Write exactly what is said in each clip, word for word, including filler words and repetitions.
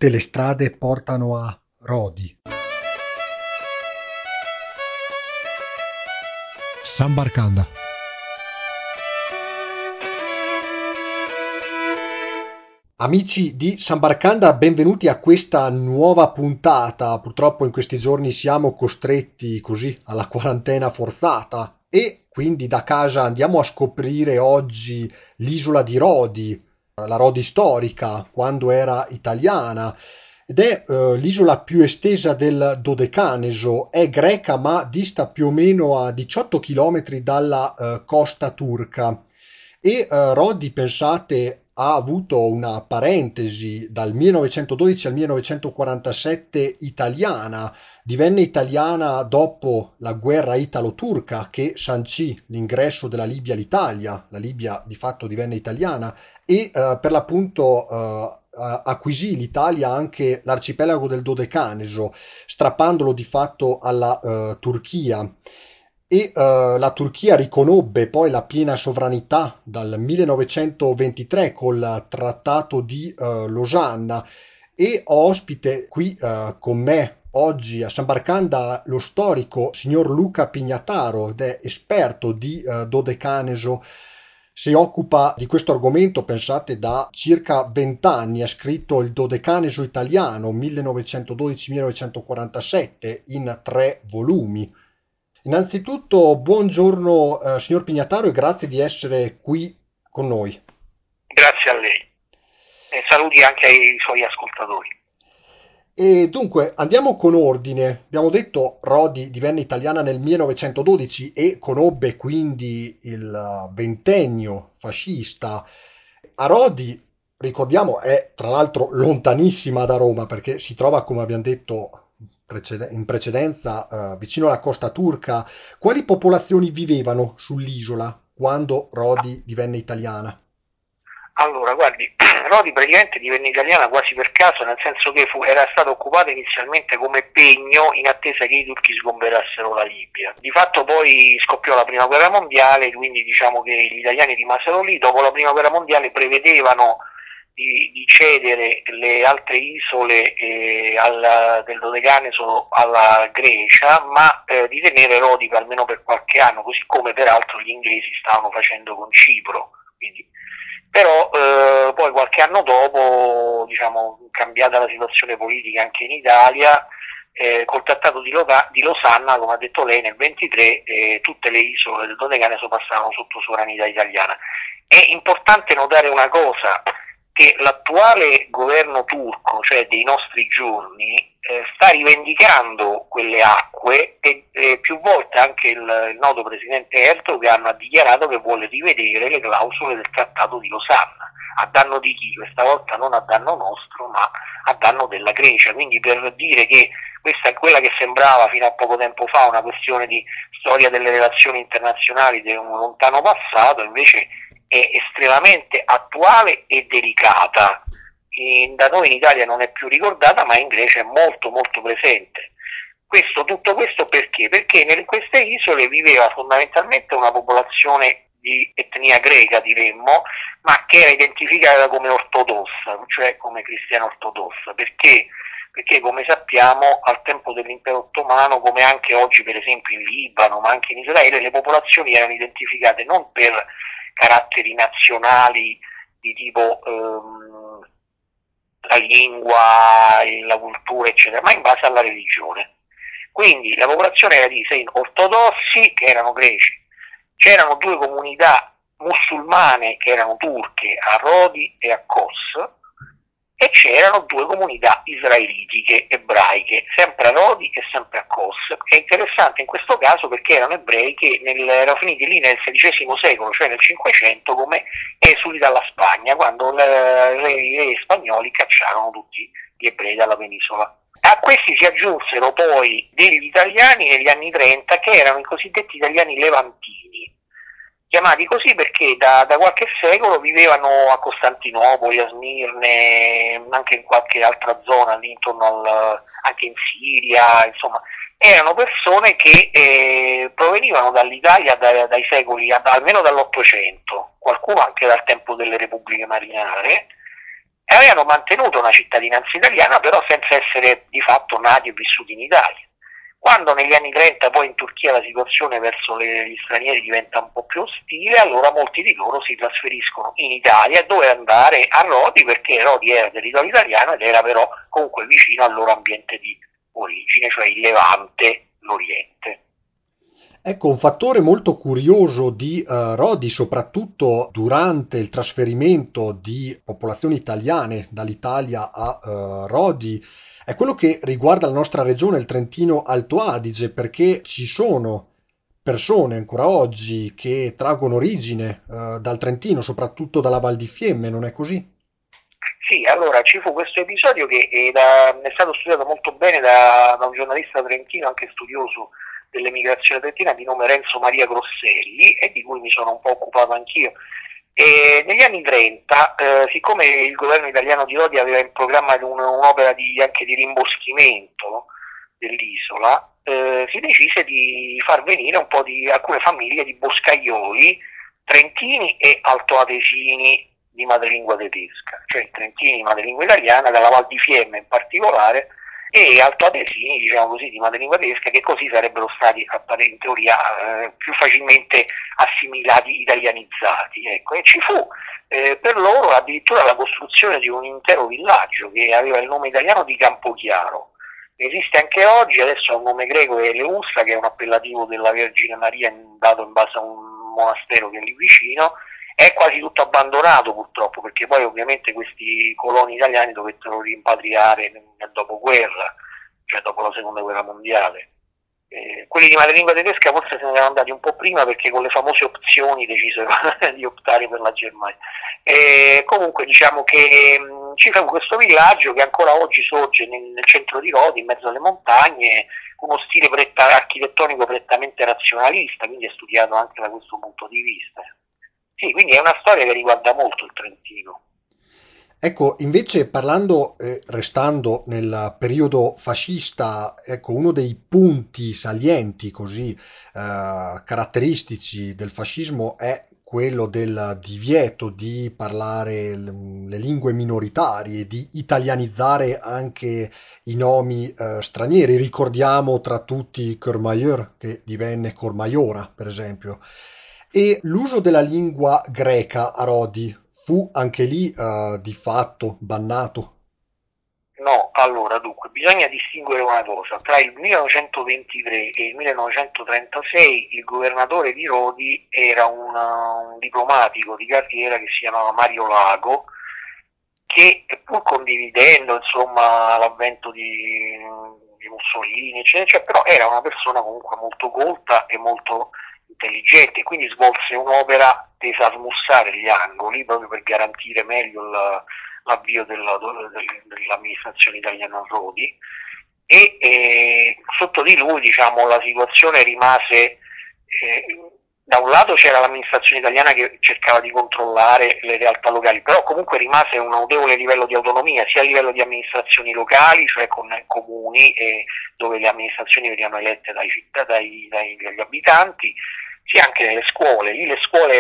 Tutte le strade portano a Rodi. Sambarcanda. Amici di Sambarcanda, benvenuti a questa nuova puntata. Purtroppo in questi giorni siamo costretti così alla quarantena forzata e quindi da casa andiamo a scoprire oggi l'isola di Rodi, la Rodi storica, quando era italiana. Ed è eh, l'isola più estesa del Dodecaneso, è greca ma dista più o meno a diciotto chilometri dalla eh, costa turca. E eh, Roddi, pensate, ha avuto una parentesi dal millenovecentododici al millenovecentoquarantasette italiana, divenne italiana dopo la guerra italo-turca che sancì l'ingresso della Libia all'Italia, la Libia di fatto divenne italiana e eh, per l'appunto eh, acquisì l'Italia anche l'arcipelago del Dodecaneso, strappandolo di fatto alla eh, Turchia. E eh, la Turchia riconobbe poi la piena sovranità dal millenovecentoventitré col Trattato di eh, Losanna e ho ospite qui eh, con me oggi a Sambarcanda lo storico signor Luca Pignataro ed è esperto di eh, Dodecaneso. Si occupa di questo argomento, pensate, da circa vent'anni. Ha scritto il Dodecaneso italiano millenovecentododici-millenovecentoquarantasette in tre volumi. Innanzitutto, buongiorno eh, signor Pignataro e grazie di essere qui con noi. Grazie a lei e saluti anche ai suoi ascoltatori. E dunque andiamo con ordine. Abbiamo detto Rodi divenne italiana nel millenovecentododici e conobbe quindi il eh, ventennio fascista. A Rodi, ricordiamo, è tra l'altro lontanissima da Roma perché si trova, come abbiamo detto precede- in precedenza, eh, vicino alla costa turca. Quali popolazioni vivevano sull'isola quando Rodi divenne italiana? Allora, guardi, Rodi praticamente divenne italiana quasi per caso, nel senso che fu, era stata occupata inizialmente come pegno in attesa che i turchi sgomberassero la Libia. Di fatto poi scoppiò la prima guerra mondiale, quindi diciamo che gli italiani rimasero lì. Dopo la prima guerra mondiale prevedevano di, di cedere le altre isole eh, alla, del Dodecaneso alla Grecia, ma eh, di tenere Rodi per, almeno per qualche anno, così come peraltro gli inglesi stavano facendo con Cipro. Quindi, però eh, poi qualche anno dopo, diciamo, cambiata la situazione politica anche in Italia, eh, col trattato di, Lota- di Losanna, come ha detto lei, nel ventitré eh, tutte le isole del Dodecaneso passavano sotto sovranità italiana. È importante notare una cosa, che l'attuale governo turco, cioè dei nostri giorni, eh, sta rivendicando quelle acque e eh, più volte anche il, il noto presidente Erdogan ha dichiarato che vuole rivedere le clausole del trattato di Losanna. A danno di chi? Questa volta non a danno nostro, ma a danno della Grecia. Quindi per dire che questa è quella che sembrava fino a poco tempo fa una questione di storia delle relazioni internazionali di un lontano passato, invece è estremamente attuale e delicata. E da noi in Italia non è più ricordata, ma in Grecia è molto molto presente. Questo, tutto questo perché? Perché in queste isole viveva fondamentalmente una popolazione di etnia greca, diremmo, ma che era identificata come ortodossa, cioè come cristiana ortodossa. Perché? Perché come sappiamo al tempo dell'impero ottomano, come anche oggi per esempio in Libano, ma anche in Israele, le popolazioni erano identificate non per caratteri nazionali di tipo ehm, la lingua, la cultura, eccetera, ma in base alla religione. Quindi la popolazione era di sei ortodossi, che erano greci, c'erano due comunità musulmane che erano turche a Rodi e a Kos, e c'erano due comunità israelitiche ebraiche, sempre a Rodi e sempre a Kos. È interessante in questo caso perché erano ebrei che nel, erano finiti lì nel sedicesimo secolo, cioè nel Cinquecento, come esuli dalla Spagna, quando le, i re spagnoli cacciarono tutti gli ebrei dalla penisola. A questi si aggiunsero poi degli italiani negli anni trenta che erano i cosiddetti italiani levantini, chiamati così perché da, da qualche secolo vivevano a Costantinopoli, a Smirne, anche in qualche altra zona lì intorno al, anche in Siria, insomma, erano persone che eh, provenivano dall'Italia da, dai secoli, almeno dall'Ottocento, qualcuno anche dal tempo delle repubbliche marinare, e avevano mantenuto una cittadinanza italiana, però senza essere di fatto nati e vissuti in Italia. Quando negli anni trenta poi in Turchia la situazione verso le, gli stranieri diventa un po' più ostile, allora molti di loro si trasferiscono in Italia, dove andare a Rodi, perché Rodi era territorio italiano ed era però comunque vicino al loro ambiente di origine, cioè il Levante, l'Oriente. Ecco, un fattore molto curioso di eh, Rodi, soprattutto durante il trasferimento di popolazioni italiane dall'Italia a eh, Rodi, è quello che riguarda la nostra regione, il Trentino Alto Adige, perché ci sono persone ancora oggi che traggono origine eh, dal Trentino, soprattutto dalla Val di Fiemme, non è così? Sì, allora ci fu questo episodio che è, da- è stato studiato molto bene da, da un giornalista trentino, anche studioso dell'emigrazione trentina, di nome Renzo Maria Grosselli, e di cui mi sono un po' occupato anch'io. E negli anni trenta, eh, siccome il governo italiano di Rodi aveva in programma un- un'opera di, anche di rimboschimento dell'isola, eh, si decise di far venire un po' di alcune famiglie di boscaioli trentini e altoatesini di madrelingua tedesca, cioè trentini di madrelingua italiana, dalla Val di Fiemme in particolare, e altoatesini, diciamo così, di madrelingua tedesca, che così sarebbero stati in teoria eh, più facilmente assimilati, italianizzati. Ecco. E ci fu eh, per loro addirittura la costruzione di un intero villaggio che aveva il nome italiano di Campochiaro. Esiste anche oggi, adesso ha un nome greco, è Eleustra, che è un appellativo della Vergine Maria dato in base a un monastero che è lì vicino. È quasi tutto abbandonato purtroppo, perché poi ovviamente questi coloni italiani dovettero rimpatriare nel dopoguerra, cioè dopo la seconda guerra mondiale. Eh, quelli di madrelingua tedesca forse se ne erano andati un po' prima, perché con le famose opzioni decisero di optare per la Germania. E comunque diciamo che mh, ci fu questo villaggio che ancora oggi sorge nel, nel centro di Rodi, in mezzo alle montagne, con uno stile pretta, architettonico prettamente razionalista, quindi è studiato anche da questo punto di vista. Sì, quindi è una storia che riguarda molto il Trentino. Ecco, invece parlando, eh, restando nel periodo fascista, ecco, uno dei punti salienti così eh, caratteristici del fascismo è quello del divieto di parlare l- le lingue minoritarie, di italianizzare anche i nomi eh, stranieri. Ricordiamo tra tutti Courmayeur, che divenne Cormaiora, per esempio. E l'uso della lingua greca a Rodi fu anche lì eh, di fatto bannato. No, allora, dunque, bisogna distinguere una cosa. Tra il millenovecentoventitré e il millenovecentotrentasei il governatore di Rodi era una- un diplomatico di carriera che si chiamava Mario Lago, che pur condividendo insomma l'avvento di, di Mussolini, eccetera, eccetera, però era una persona comunque molto colta e molto intelligente, quindi svolse un'opera tesa a smussare gli angoli proprio per garantire meglio il, l'avvio della, dell'amministrazione italiana a Rodi, e eh, sotto di lui diciamo, la situazione rimase, eh, da un lato c'era l'amministrazione italiana che cercava di controllare le realtà locali, però comunque rimase un notevole livello di autonomia sia a livello di amministrazioni locali, cioè con comuni, eh, dove le amministrazioni venivano elette dai cittadini, dai, dagli abitanti, sia anche nelle scuole. Lì le scuole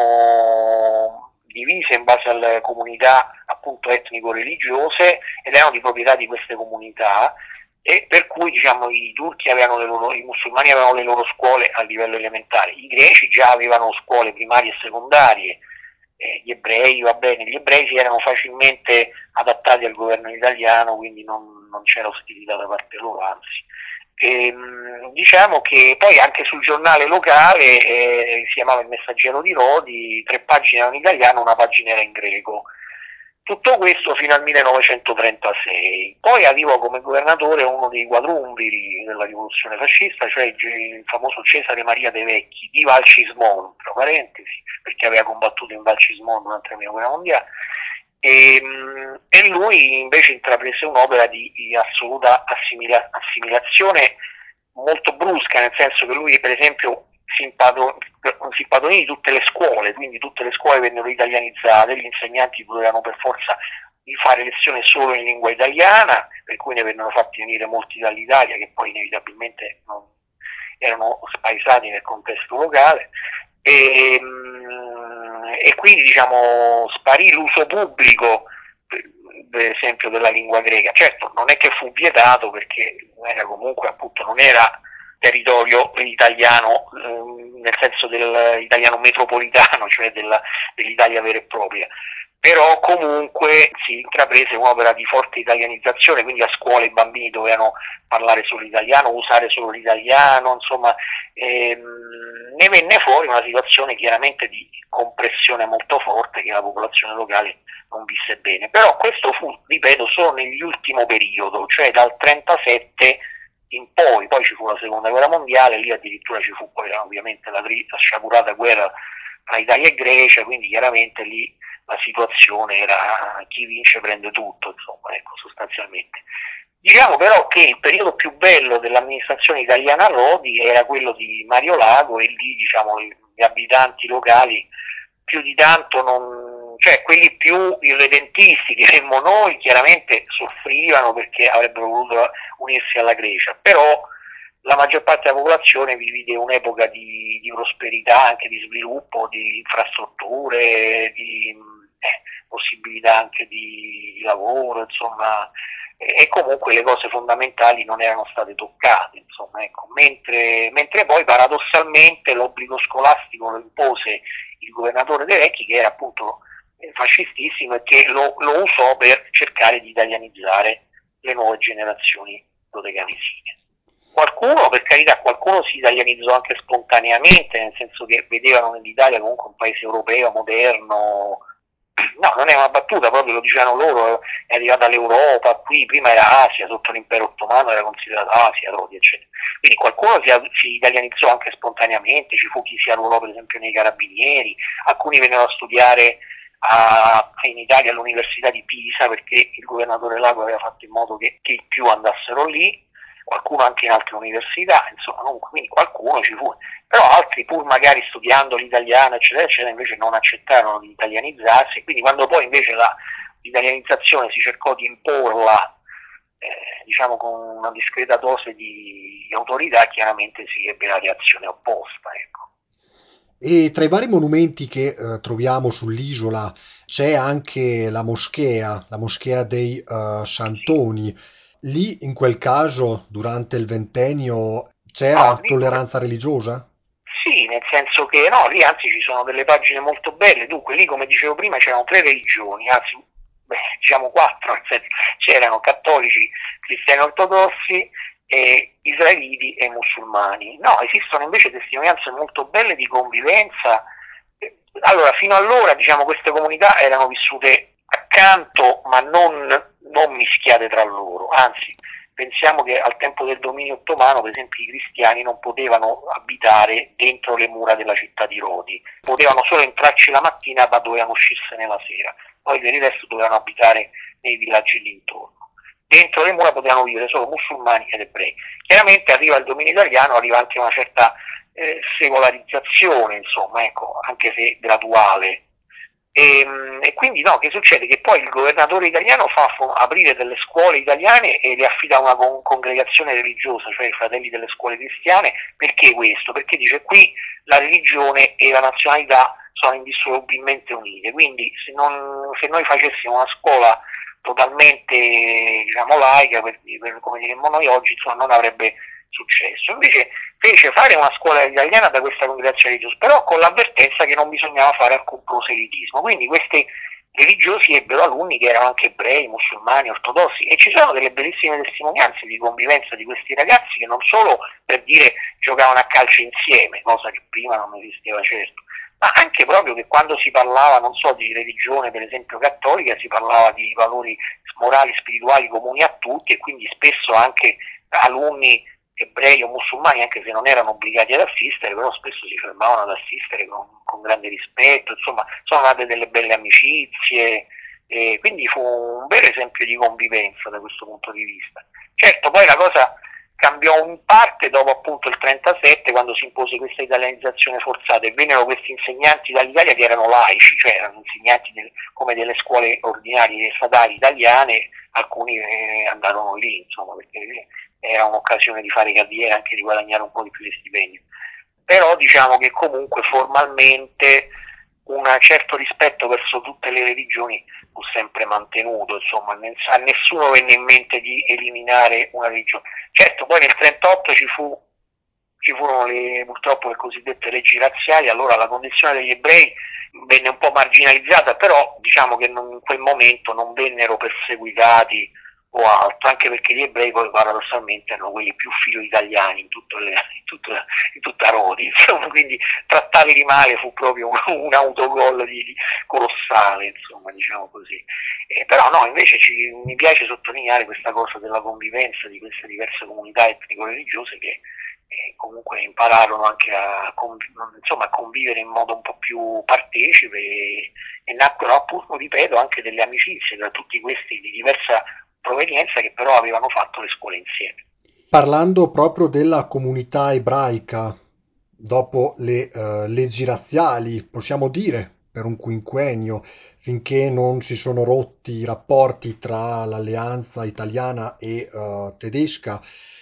erano divise in base alle comunità appunto etnico-religiose ed erano di proprietà di queste comunità, e per cui diciamo i turchi avevano le loro, i musulmani avevano le loro scuole a livello elementare, i greci già avevano scuole primarie e secondarie, eh, gli ebrei, va bene, gli ebrei si erano facilmente adattati al governo italiano, quindi non, non c'era ostilità da parte loro, anzi. E, diciamo che poi anche sul giornale locale, eh, si chiamava Il Messaggero di Rodi, tre pagine erano in italiano, una pagina era in greco. Tutto questo fino al millenovecentotrentasei. Poi arrivò come governatore uno dei quadrumviri della rivoluzione fascista, cioè il famoso Cesare Maria De Vecchi di Valcismon, tra parentesi, perché aveva combattuto in Valcismon durante la prima guerra mondiale. E, e lui invece intraprese un'opera di, di assoluta assimila- assimilazione molto brusca, nel senso che lui per esempio si, impadron- si impadronì di tutte le scuole, quindi tutte le scuole vennero italianizzate, gli insegnanti dovevano per forza di fare lezione solo in lingua italiana, per cui ne vennero fatti venire molti dall'Italia che poi inevitabilmente non erano spaesati nel contesto locale, e, e quindi diciamo sparì l'uso pubblico per esempio della lingua greca. Certo, non è che fu vietato perché era comunque appunto non era territorio italiano eh, nel senso dell'italiano metropolitano, cioè della, dell'Italia vera e propria, però comunque si intraprese un'opera di forte italianizzazione, quindi a scuola i bambini dovevano parlare solo italiano, usare solo l'italiano, insomma ehm, ne venne fuori una situazione chiaramente di compressione molto forte che la popolazione locale non visse bene, però questo fu, ripeto, solo nell'ultimo periodo, cioè dal trentasette in poi, poi ci fu la seconda guerra mondiale, lì addirittura ci fu poi ovviamente la, la sciagurata guerra tra Italia e Grecia, quindi chiaramente lì la situazione era chi vince prende tutto, insomma, ecco, sostanzialmente. Diciamo però che il periodo più bello dell'amministrazione italiana a Lodi era quello di Mario Lago e lì diciamo gli abitanti locali più di tanto non, cioè quelli più irredentisti diremmo noi chiaramente soffrivano perché avrebbero voluto unirsi alla Grecia, però la maggior parte della popolazione vivide un'epoca di, di prosperità, anche di sviluppo, di infrastrutture, di eh, possibilità anche di, di lavoro, insomma, e comunque le cose fondamentali non erano state toccate, insomma, ecco. mentre, mentre poi paradossalmente l'obbligo scolastico lo impose il governatore De Vecchi, che era appunto fascistissimo e che lo, lo usò per cercare di italianizzare le nuove generazioni dodecanesine. Qualcuno, per carità, qualcuno si italianizzò anche spontaneamente, nel senso che vedevano nell'Italia comunque un paese europeo, moderno. No, non è una battuta, proprio lo dicevano loro, è arrivata all'Europa, qui prima era Asia, sotto l'impero ottomano era considerata Asia, Rodi, eccetera. Quindi qualcuno si, si italianizzò anche spontaneamente, ci fu chi si arruolò per esempio nei carabinieri, alcuni vennero a studiare a, in Italia all'Università di Pisa perché il governatore Lago aveva fatto in modo che, che i più andassero lì, qualcuno anche in altre università, insomma, comunque, quindi qualcuno ci fu, però altri pur magari studiando l'italiano, eccetera, eccetera, invece non accettarono di italianizzarsi, quindi quando poi invece la, l'italianizzazione si cercò di imporla, eh, diciamo con una discreta dose di autorità, chiaramente si ebbe la reazione opposta, ecco. E tra i vari monumenti che eh, troviamo sull'isola c'è anche la moschea, la moschea dei eh, Sì. Santoni. Lì, in quel caso, durante il ventennio, c'era No, lì tolleranza religiosa? sì, nel senso che no, lì anzi ci sono delle pagine molto belle, dunque lì come dicevo prima c'erano tre religioni, anzi beh, diciamo quattro, nel senso c'erano cattolici, cristiani ortodossi, e israeliti e musulmani. No, esistono invece testimonianze molto belle di convivenza. Allora, fino allora diciamo queste comunità erano vissute accanto ma non, non mischiate tra loro, anzi pensiamo che al tempo del dominio ottomano, per esempio, i cristiani non potevano abitare dentro le mura della città di Rodi, potevano solo entrarci la mattina ma dovevano uscirsene la sera, poi per il resto dovevano abitare nei villaggi d'intorno. Dentro le mura potevano vivere solo musulmani ed ebrei. Chiaramente arriva il dominio italiano, arriva anche una certa eh, secolarizzazione, insomma, ecco, anche se graduale. E, e quindi no, che succede? Che poi il governatore italiano fa aprire delle scuole italiane e le affida a una con- congregazione religiosa, cioè i fratelli delle scuole cristiane. Perché questo? Perché dice qui la religione e la nazionalità sono indissolubilmente unite, quindi se, non, se noi facessimo una scuola totalmente diciamo laica, per, per, come diremmo noi oggi, insomma, non avrebbe successo. Invece fece fare una scuola italiana da questa congregazione religiosa, però con l'avvertenza che non bisognava fare alcun proselitismo. Quindi questi religiosi ebbero alunni che erano anche ebrei, musulmani, ortodossi, e ci sono delle bellissime testimonianze di convivenza di questi ragazzi che non solo per dire giocavano a calcio insieme, cosa che prima non esisteva certo, ma anche proprio che quando si parlava, non so, di religione per esempio cattolica, si parlava di valori morali, spirituali comuni a tutti, e quindi spesso anche alunni ebrei o musulmani, anche se non erano obbligati ad assistere, però spesso si fermavano ad assistere con, con grande rispetto, insomma sono nate delle belle amicizie, e quindi fu un vero esempio di convivenza da questo punto di vista. Certo, poi la cosa cambiò in parte dopo appunto il trentasette, quando si impose questa italianizzazione forzata e vennero questi insegnanti dall'Italia che erano laici, cioè erano insegnanti del, come delle scuole ordinarie statali italiane, alcuni eh, andarono lì, insomma, perché era un'occasione di fare carriera, anche di guadagnare un po' di più di stipendio. Però diciamo che comunque formalmente un certo rispetto verso tutte le religioni fu sempre mantenuto, insomma, a nessuno venne in mente di eliminare una religione. Certo, poi nel trentotto ci fu ci furono le, purtroppo le cosiddette leggi razziali, allora la condizione degli ebrei venne un po' marginalizzata, però diciamo che non, in quel momento non vennero perseguitati o altro, anche perché gli ebrei poi paradossalmente erano quelli più filo-italiani in, tutto le, in, tutto, in tutta Rodi, insomma, quindi trattarli male fu proprio un, un autogol di, di colossale, insomma, diciamo così. Eh, però no, invece ci, mi piace sottolineare questa cosa della convivenza di queste diverse comunità etnico-religiose che eh, comunque impararono anche a, conv- insomma, a convivere in modo un po' più partecipe e, e nacquero appunto, ripeto, anche delle amicizie tra tutti questi di diversa provenienza che però avevano fatto le scuole insieme. Parlando proprio della comunità ebraica, dopo le eh, leggi razziali, possiamo dire, per un quinquennio, finché non si sono rotti i rapporti tra l'alleanza italiana e eh, tedesca,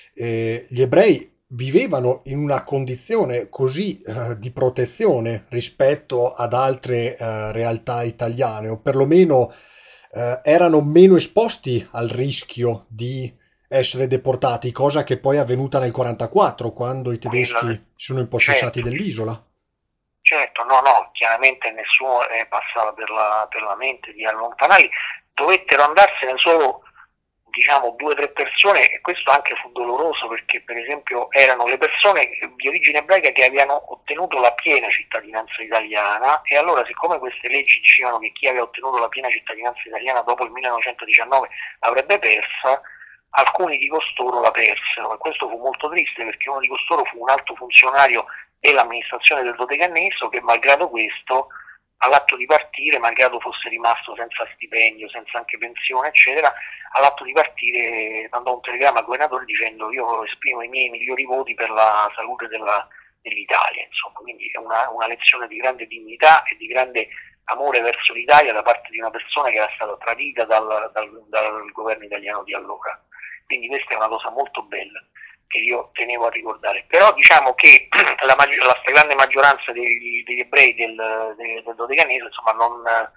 eh, gli ebrei vivevano in una condizione così eh, di protezione rispetto ad altre eh, realtà italiane, o perlomeno eh, erano meno esposti al rischio di essere deportati, cosa che poi è avvenuta nel quarantaquattro, quando i Quella, tedeschi si sono impossessati certo, dell'isola. certo, no, no, chiaramente nessuno eh, passava per la, per la mente di allontanarli, dovettero andarsene solo diciamo due o tre persone e questo anche fu doloroso perché per esempio erano le persone di origine ebraica che avevano ottenuto la piena cittadinanza italiana e allora siccome queste leggi dicevano che chi aveva ottenuto la piena cittadinanza italiana dopo il millenovecentodiciannove l'avrebbe persa, alcuni di costoro la persero e questo fu molto triste perché uno di costoro fu un alto funzionario dell'amministrazione del Dodecanneso che malgrado questo all'atto di partire, malgrado fosse rimasto senza stipendio, senza anche pensione, eccetera, all'atto di partire mandò un telegramma al governatore dicendo io esprimo i miei migliori voti per la salute della, dell'Italia, insomma, quindi è una, una lezione di grande dignità e di grande amore verso l'Italia da parte di una persona che era stata tradita dal, dal, dal governo italiano di allora. Quindi questa è una cosa molto bella che io tenevo a ricordare. Però diciamo che la, la stragrande maggioranza degli, degli ebrei del, del, del Dodecanese insomma non,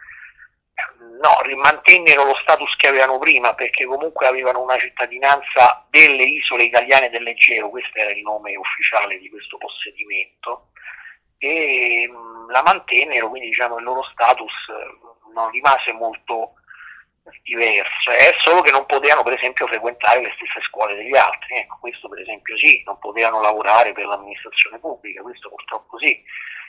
no, mantennero lo status che avevano prima perché comunque avevano una cittadinanza delle isole italiane dell'Egeo, questo era il nome ufficiale di questo possedimento, e mh, la mantennero, quindi diciamo il loro status non rimase molto diverso, è solo che non potevano per esempio frequentare le stesse scuole degli altri, ecco, questo per esempio sì, non potevano lavorare per l'amministrazione pubblica, questo purtroppo sì.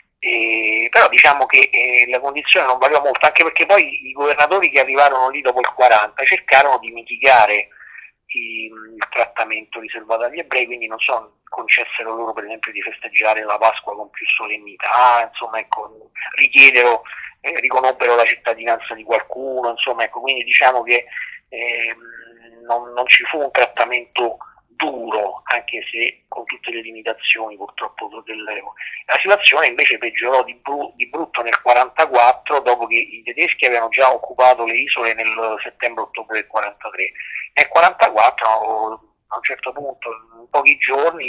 E, però diciamo che eh, la condizione non variò molto, anche perché poi i governatori che arrivarono lì dopo il quaranta cercarono di mitigare i, il trattamento riservato agli ebrei, quindi non so, concessero loro per esempio di festeggiare la Pasqua con più solennità, insomma, ecco, richiedero, eh, riconobbero la cittadinanza di qualcuno, insomma, ecco, quindi diciamo che eh, non, non ci fu un trattamento duro, anche se con tutte le limitazioni purtroppo dell'epoca. La situazione invece peggiorò di, bru- di brutto nel quarantaquattro, dopo che i tedeschi avevano già occupato le isole nel settembre-ottobre del quarantatré. Nel quarantaquattro, a un certo punto, in pochi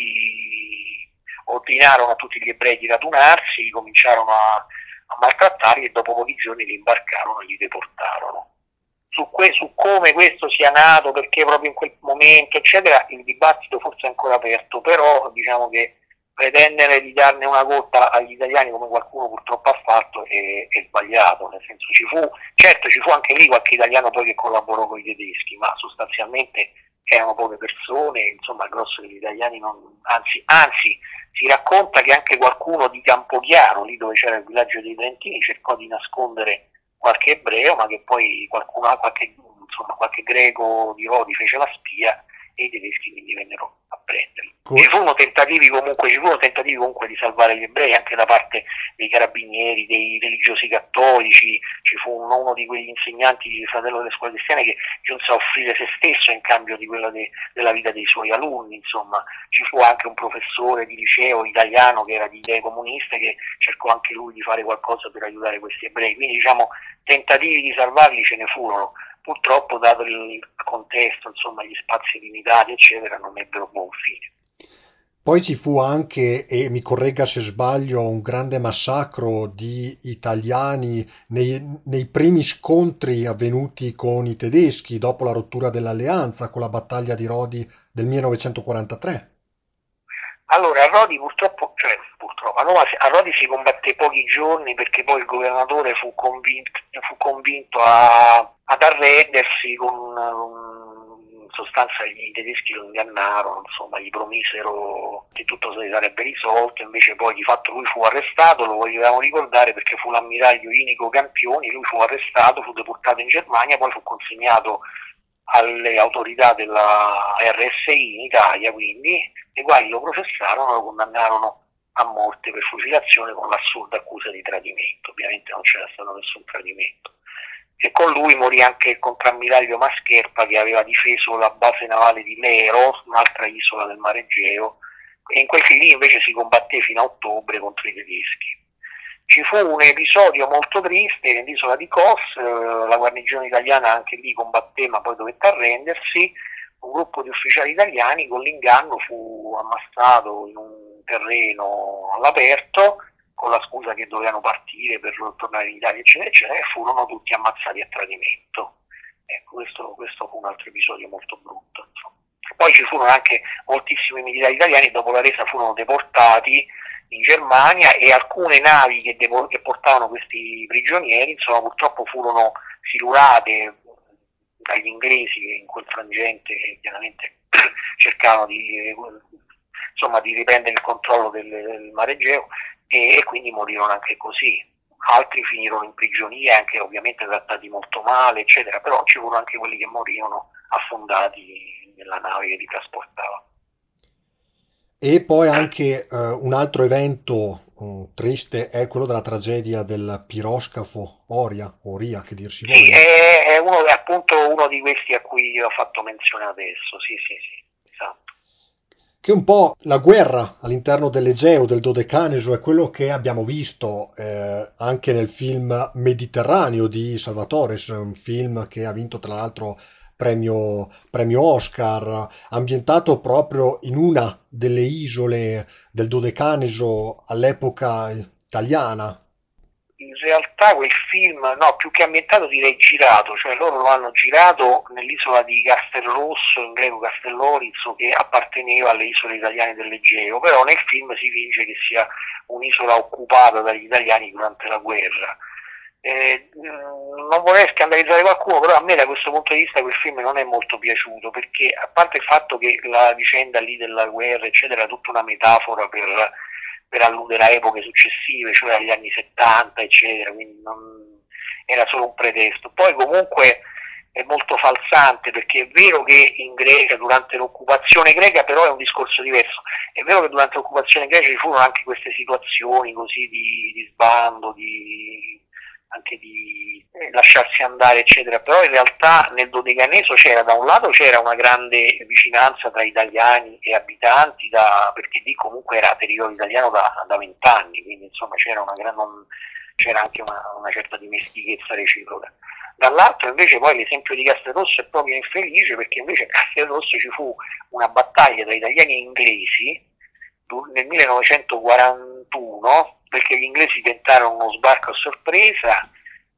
giorni, ordinarono a tutti gli ebrei di radunarsi, cominciarono a, a maltrattarli e dopo pochi giorni li imbarcarono e li deportarono. Su, que- su come questo sia nato, perché proprio in quel momento, eccetera, il dibattito forse è ancora aperto, però diciamo che pretendere di darne una colpa agli italiani come qualcuno purtroppo ha fatto è, è sbagliato, nel senso ci fu, certo ci fu anche lì qualche italiano poi che collaborò con i tedeschi, ma sostanzialmente erano poche persone, insomma il grosso degli italiani non, anzi, anzi si racconta che anche qualcuno di Campochiaro, lì dove c'era il villaggio dei Trentini, cercò di nascondere qualche ebreo, ma che poi qualcuno, qualche, insomma, qualche greco di Rodi fece la spia e i tedeschi quindi vennero a prenderli. Ci Co- furono tentativi comunque, ci furono tentativi comunque di salvare gli ebrei anche da parte dei carabinieri, dei religiosi cattolici, ci fu uno, uno di quegli insegnanti di Fratello delle Scuole Cristiane che giunse a offrire se stesso in cambio di quella de, della vita dei suoi alunni, insomma, ci fu anche un professore di liceo italiano che era di idee comuniste che cercò anche lui di fare qualcosa per aiutare questi ebrei, quindi diciamo tentativi di salvarli ce ne furono, purtroppo dato il contesto, insomma, gli spazi limitati, eccetera, non ebbero buon fine. Poi ci fu anche, e mi corregga se sbaglio, un grande massacro di italiani nei, nei primi scontri avvenuti con i tedeschi dopo la rottura dell'alleanza, con la battaglia di Rodi del millenovecentoquarantatré. Allora, a Rodi purtroppo, cioè purtroppo, a Roma si- a Rodi si combatté pochi giorni perché poi il governatore fu convinto, fu convinto a- ad arrendersi con um, in sostanza i tedeschi lo ingannarono, insomma gli promisero che tutto si sarebbe risolto, invece poi di fatto lui fu arrestato, lo vogliamo ricordare perché fu l'ammiraglio Inigo Campioni, lui fu arrestato, fu deportato in Germania, poi fu consegnato alle autorità della R S I in Italia, quindi, i quali lo processarono e lo condannarono a morte per fucilazione con l'assurda accusa di tradimento. Ovviamente non c'era stato nessun tradimento. E con lui morì anche il contrammiraglio Mascherpa che aveva difeso la base navale di Lero, un'altra isola del Mar Egeo, e in quel film lì invece si combatté fino a ottobre contro i tedeschi. Ci fu un episodio molto triste nell'isola di Kos, eh, la guarnigione italiana anche lì combatté ma poi dovette arrendersi, un gruppo di ufficiali italiani con l'inganno fu ammazzato in un terreno all'aperto con la scusa che dovevano partire per tornare in Italia eccetera eccetera e furono tutti ammazzati a tradimento. Ecco, questo, questo fu un altro episodio molto brutto. Insomma. Poi ci furono anche moltissimi militari italiani, dopo la resa furono deportati in Germania e alcune navi che, devo, che portavano questi prigionieri, insomma, purtroppo furono silurate dagli inglesi che in quel frangente chiaramente cercavano di, insomma, di riprendere il controllo del, del Mar Egeo e, e quindi morirono anche così. Altri finirono in prigionia, anche ovviamente trattati molto male, eccetera, però ci furono anche quelli che morirono affondati nella nave che li trasportava. E poi anche eh, un altro evento mm, triste è quello della tragedia del piroscafo Oria, Oria che dir si Sì, voglia. è, è, uno, è appunto uno di questi a cui ho fatto menzione adesso, sì, sì, sì, esatto. Che un po' la guerra all'interno dell'Egeo, del Dodecaneso, è quello che abbiamo visto eh, anche nel film Mediterraneo di Salvatores, un film che ha vinto tra l'altro premio, premio Oscar, ambientato proprio in una delle isole del Dodecaneso all'epoca italiana. In realtà quel film, no, più che ambientato direi girato, cioè loro lo hanno girato nell'isola di Castelrosso, in greco Castellorizo, che apparteneva alle isole italiane dell'Egeo, però nel film si finge che sia un'isola occupata dagli italiani durante la guerra. Eh, non vorrei scandalizzare qualcuno, però a me da questo punto di vista quel film non è molto piaciuto, perché a parte il fatto che la vicenda lì della guerra, eccetera, è tutta una metafora per, per alludere a epoche successive, cioè agli anni settanta, eccetera, quindi non, era solo un pretesto. Poi comunque è molto falsante perché è vero che in Grecia durante l'occupazione greca però è un discorso diverso, è vero che durante l'occupazione greca ci furono anche queste situazioni così di, di sbando, di, anche di eh, lasciarsi andare eccetera, però in realtà nel Dodecaneso c'era da un lato c'era una grande vicinanza tra italiani e abitanti da, perché lì comunque era territorio italiano da vent'anni, quindi insomma c'era, una gran, non, c'era anche una, una certa dimestichezza reciproca. Dall'altro invece poi l'esempio di Castelrosso è proprio infelice perché invece a Castelrosso ci fu una battaglia tra italiani e inglesi nel millenovecentoquarantuno perché gli inglesi tentarono uno sbarco a sorpresa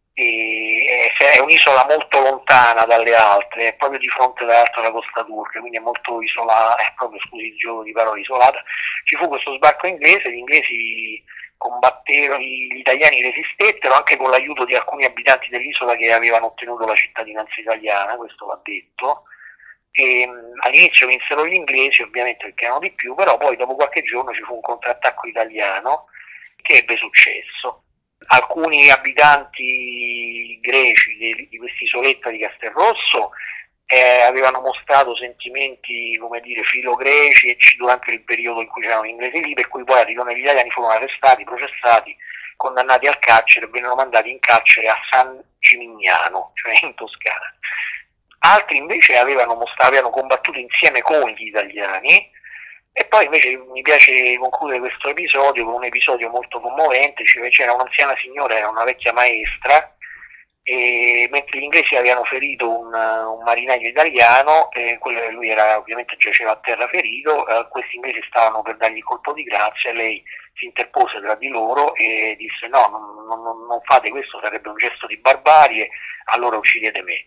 e è un'isola molto lontana dalle altre, è proprio di fronte dall'altra alla costa turca, quindi è molto isolata, è proprio scusi il gioco di parole isolata. Ci fu questo sbarco inglese, gli inglesi combatterono, gli italiani resistettero anche con l'aiuto di alcuni abitanti dell'isola che avevano ottenuto la cittadinanza italiana, questo va detto. E, mh, all'inizio vinsero gli inglesi, ovviamente perché erano di più, però poi dopo qualche giorno ci fu un contrattacco italiano che ebbe successo. Alcuni abitanti greci di, di quest'isoletta di Castelrosso eh, avevano mostrato sentimenti, come dire, filo-greci durante il periodo in cui c'erano gli inglesi lì, per cui poi arrivano gli italiani, furono arrestati, processati, condannati al carcere e vennero mandati in carcere a San Gimignano, cioè in Toscana. Altri invece avevano, mostrato, avevano combattuto insieme con gli italiani e poi invece mi piace concludere questo episodio con un episodio molto commovente, cioè c'era un'anziana signora, era una vecchia maestra, e mentre gli inglesi avevano ferito un, un marinaio italiano, eh, quello, lui era, ovviamente giaceva a terra ferito, eh, questi inglesi stavano per dargli il colpo di grazia, lei si interpose tra di loro e disse no, non, non, non fate questo, sarebbe un gesto di barbarie, allora uccidete me.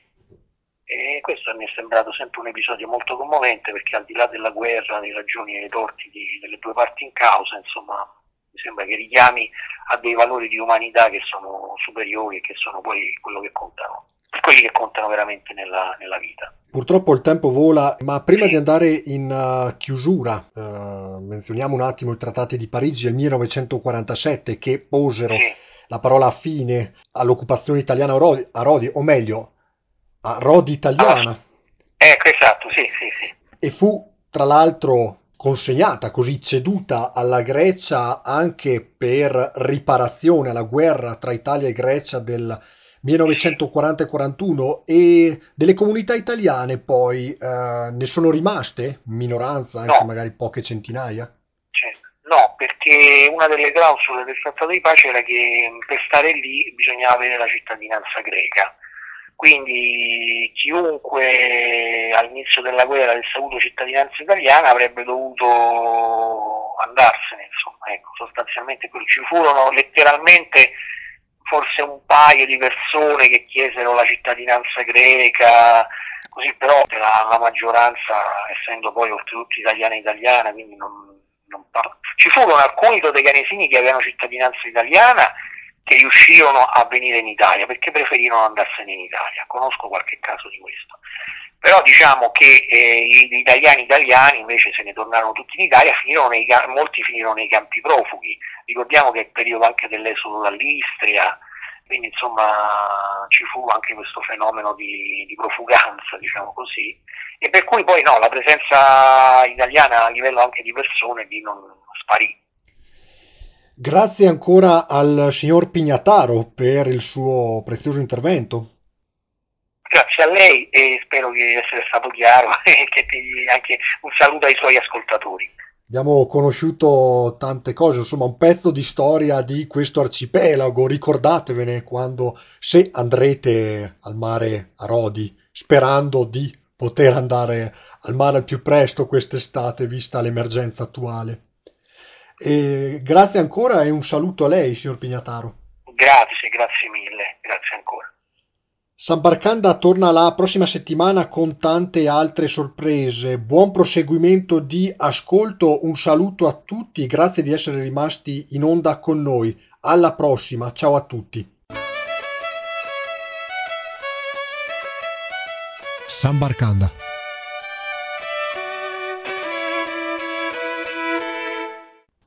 E questo mi è sembrato sempre un episodio molto commovente, perché al di là della guerra, delle ragioni e dei torti di, delle due parti in causa, insomma, mi sembra che richiami a dei valori di umanità che sono superiori e che sono poi quello che contano, quelli che contano veramente nella, nella vita. Purtroppo il tempo vola, ma prima di Sì, andare in uh, chiusura, uh, menzioniamo un attimo i trattati di Parigi del millenovecentoquarantasette che posero sì. la parola fine all'occupazione italiana a Rodi, a Rodi, o meglio, a Rodi Alla, italiana, ecco, esatto, sì, sì, sì. e fu tra l'altro consegnata, così ceduta alla Grecia anche per riparazione alla guerra tra Italia e Grecia del Sì. millenovecentoquaranta e quarantuno, e delle comunità italiane poi eh, ne sono rimaste, minoranza anche No, magari poche centinaia. cioè, no, perché una delle clausole del trattato di pace era che per stare lì bisognava avere la cittadinanza greca. Quindi chiunque all'inizio della guerra avesse avuto cittadinanza italiana avrebbe dovuto andarsene, insomma, ecco, sostanzialmente ci furono letteralmente forse un paio di persone che chiesero la cittadinanza greca, così, però la, la maggioranza, essendo poi oltretutto italiana italiana, quindi non, non par- ci furono alcuni todeganesini che avevano cittadinanza italiana che riuscirono a venire in Italia perché preferirono andarsene in Italia. Conosco qualche caso di questo. Però diciamo che eh, gli italiani italiani invece se ne tornarono tutti in Italia, finirono nei, molti finirono nei campi profughi. Ricordiamo che è il periodo anche dell'esodo dall'Istria, quindi insomma ci fu anche questo fenomeno di, di profuganza, diciamo così, e per cui poi no, la presenza italiana a livello anche di persone lì non sparì. Grazie ancora al signor Pignataro per il suo prezioso intervento. Grazie a lei e spero di essere stato chiaro e che ti, anche un saluto ai suoi ascoltatori. Abbiamo conosciuto tante cose, insomma, un pezzo di storia di questo arcipelago. Ricordatevene quando, se andrete al mare a Rodi, sperando di poter andare al mare al più presto quest'estate, vista l'emergenza attuale. E grazie ancora e un saluto a lei, signor Pignataro. Grazie, grazie mille, grazie ancora. Sambarcanda torna la prossima settimana con tante altre sorprese. Buon proseguimento di ascolto, un saluto a tutti, grazie di essere rimasti in onda con noi. Alla prossima, ciao a tutti. Sambarcanda.